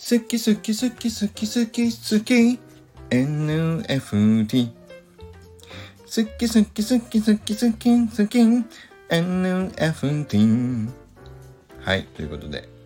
好き好き好き好き好き好き NFT 好き好き好き好き好き好き NFT。 はい、ということで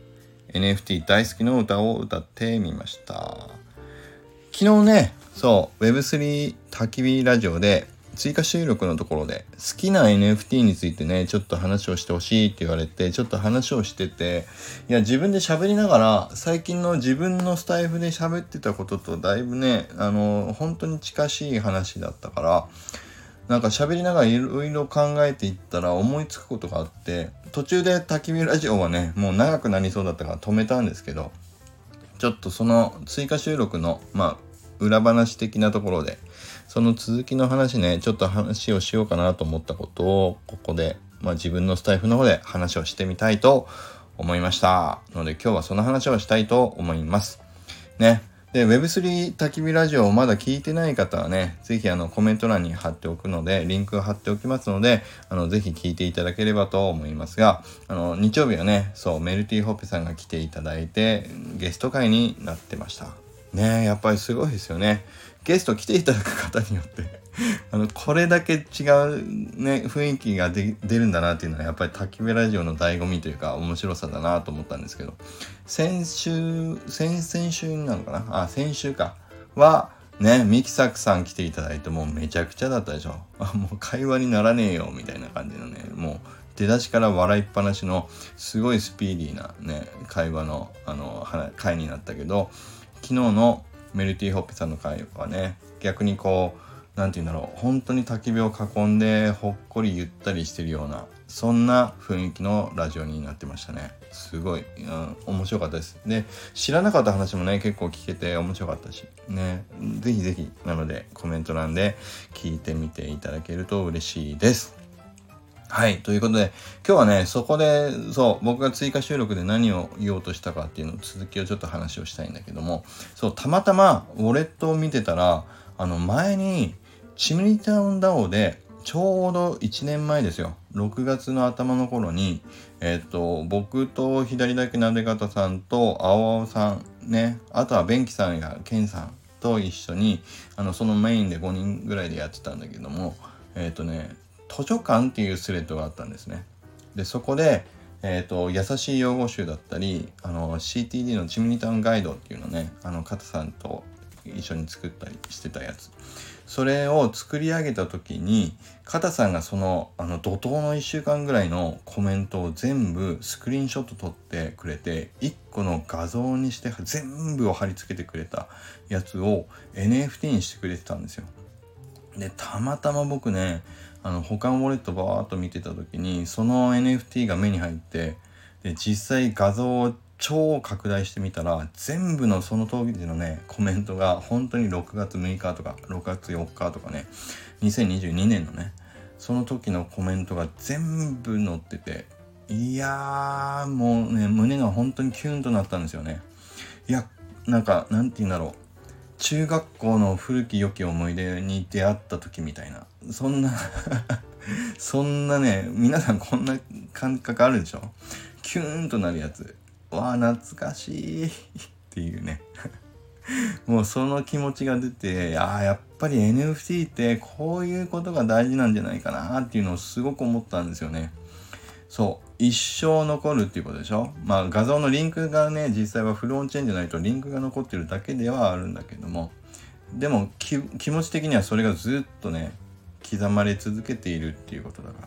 NFT 大好きの歌を歌ってみました。昨日ね、そう Web3 焚き火ラジオで追加収録のところで好きな NFT についてねちょっと話をしてほしいって言われてちょっと話をしてて、いや自分で喋りながら最近の自分のスタイフで喋ってたこととだいぶね本当に近しい話だったから、なんか喋りながらいろいろ考えていったら思いつくことがあって、途中で焚き火ラジオはねもう長くなりそうだったから止めたんですけど、ちょっとその追加収録の裏話的なところでその続きの話ねちょっと話をしようかなと思ったことをここで自分のスタイフの方で話をしてみたいと思いましたので、今日はその話をしたいと思いますね。で Web3 焚き火ラジオをまだ聞いてない方はねぜひコメント欄に貼っておくのでリンクを貼っておきますのでぜひ聞いていただければと思いますが、日曜日はねメルティーホッペさんが来ていただいてゲスト会になってましたね。やっぱりすごいですよね。ゲスト来ていただく方によってこれだけ違うね雰囲気が出るんだなっていうのはやっぱり焚き火ラジオの醍醐味というか面白さだなと思ったんですけど、先週なのかな、先週かはねミキサクさん来ていただいてもうめちゃくちゃだったでしょ。もう会話にならねえよみたいな感じのね、もう出だしから笑いっぱなしのすごいスピーディーなね会話の会になったけど、昨日のメルティーホッペさんの会はね逆になんていうんだろう、本当に焚き火を囲んでほっこりゆったりしてるようなそんな雰囲気のラジオになってましたね。すごい、面白かったです。で知らなかった話もね結構聞けて面白かったしね、ぜひぜひなのでコメント欄で聞いてみていただけると嬉しいです。はい。ということで、今日はね、そこで、僕が追加収録で何を言おうとしたかっていうの続きをちょっと話をしたいんだけども、たまたまウォレットを見てたら、前に、チムニタウンDAOで、ちょうど1年前ですよ。6月の頭の頃に、僕と左だけなで方さんと青々さんね、あとはベンキさんやケンさんと一緒に、そのメインで5人ぐらいでやってたんだけども、図書館っていうスレッドがあったんですね。でそこで、優しい用語集だったりCTD のチムニタウンガイドっていうのねカタさんと一緒に作ったりしてたやつ、それを作り上げた時にカタさんがその怒涛の1週間ぐらいのコメントを全部スクリーンショット撮ってくれて1個の画像にして全部を貼り付けてくれたやつを NFT にしてくれてたんですよ。でたまたま僕ね他のウォレットバーっと見てた時にその NFT が目に入って、で実際画像を超拡大してみたら全部のその当時のねコメントが本当に6月6日とか6月4日とかね2022年のねその時のコメントが全部載ってて、いやーもうね胸が本当にキュンとなったんですよね。いやなんて言うんだろう、中学校の古き良き思い出に出会った時みたいなそんなそんなね、皆さんこんな感覚あるでしょ。キューンとなるやつ、わー懐かしいっていうねもうその気持ちが出て、やっぱり NFT ってこういうことが大事なんじゃないかなっていうのをすごく思ったんですよね。一生残るっていうことでしょ。画像のリンクがね実際はフルオンチェーンじゃないとリンクが残ってるだけではあるんだけども、でも気持ち的にはそれがずっとね刻まれ続けているっていうことだから、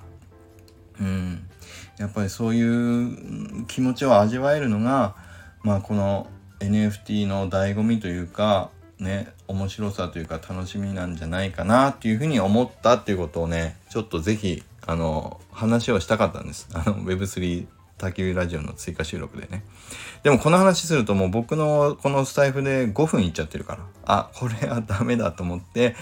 やっぱりそういう気持ちを味わえるのがこの NFT の醍醐味というかね面白さというか楽しみなんじゃないかなっていうふうに思ったっていうことをねちょっとぜひ話をしたかったんです。Web3 焚き火ラジオの追加収録でね。でもこの話するともう僕のこのスタイフで5分いっちゃってるから、これはダメだと思って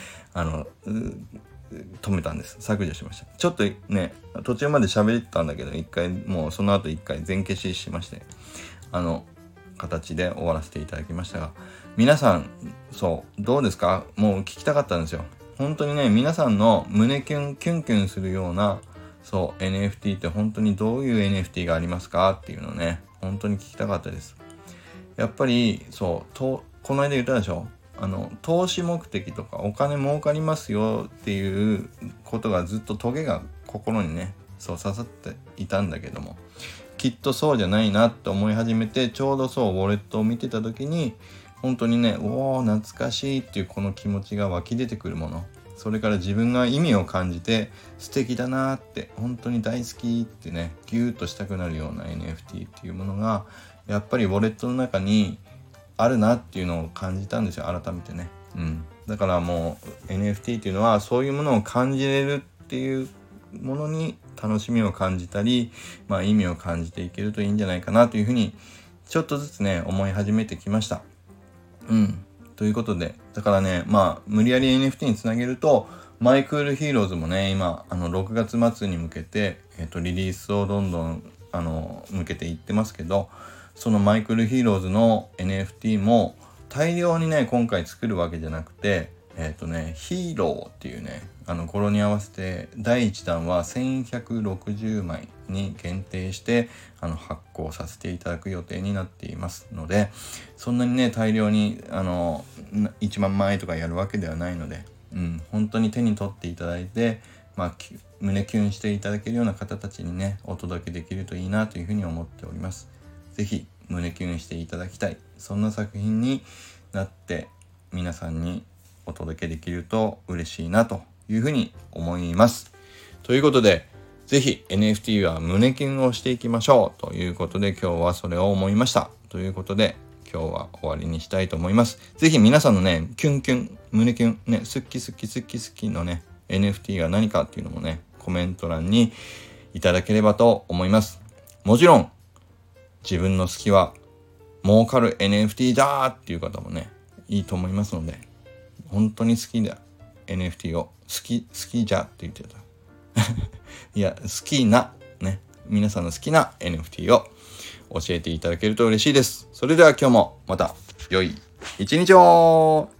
止めたんです。削除しました。ちょっとね途中まで喋ってたんだけど一回もうその後一回全消ししまして形で終わらせていただきましたが、皆さんどうですか。もう聞きたかったんですよ。本当にね皆さんの胸キュンキュンするようなNFT って本当にどういう NFT がありますかっていうのをね本当に聞きたかったです。 やっぱりこの間言ったでしょ、投資目的とかお金儲かりますよっていうことがずっとトゲが心にね刺さっていたんだけども、きっとそうじゃないなと思い始めて、ちょうどウォレットを見てた時に本当にね、懐かしいっていうこの気持ちが湧き出てくるもの、それから自分が意味を感じて素敵だなって、本当に大好きってね、ギューッとしたくなるような NFT っていうものがやっぱりウォレットの中にあるなっていうのを感じたんですよ、改めてね。だからもう NFT っていうのはそういうものを感じれるっていうものに楽しみを感じたり、意味を感じていけるといいんじゃないかなというふうにちょっとずつね思い始めてきました。ということで、だからね、無理やり NFT につなげると、マイクールヒーローズもね、今6月末に向けて、リリースをどんどん向けていってますけど、そのマイクールヒーローズの NFT も大量にね今回作るわけじゃなくて、ヒーローっていうね語呂に合わせて第1弾は1160枚に限定して発行させていただく予定になっていますので、そんなにね大量に1万枚とかやるわけではないので、本当に手に取っていただいて、胸キュンしていただけるような方たちにねお届けできるといいなというふうに思っております。ぜひ胸キュンしていただきたい、そんな作品になって皆さんにお届けできると嬉しいなというふうに思います。ということで、ぜひ NFT は胸キュンをしていきましょうということで、今日はそれを思いました。ということで今日は終わりにしたいと思います。ぜひ皆さんのねキュンキュン胸キュンね、好きのね NFT が何かっていうのもねコメント欄にいただければと思います。もちろん自分の好きは儲かる NFT だっていう方もねいいと思いますので、本当に好きな NFT を好きじゃって言ってたいや好きなね、皆さんの好きな NFT を教えていただけると嬉しいです。それでは今日もまた良い一日を。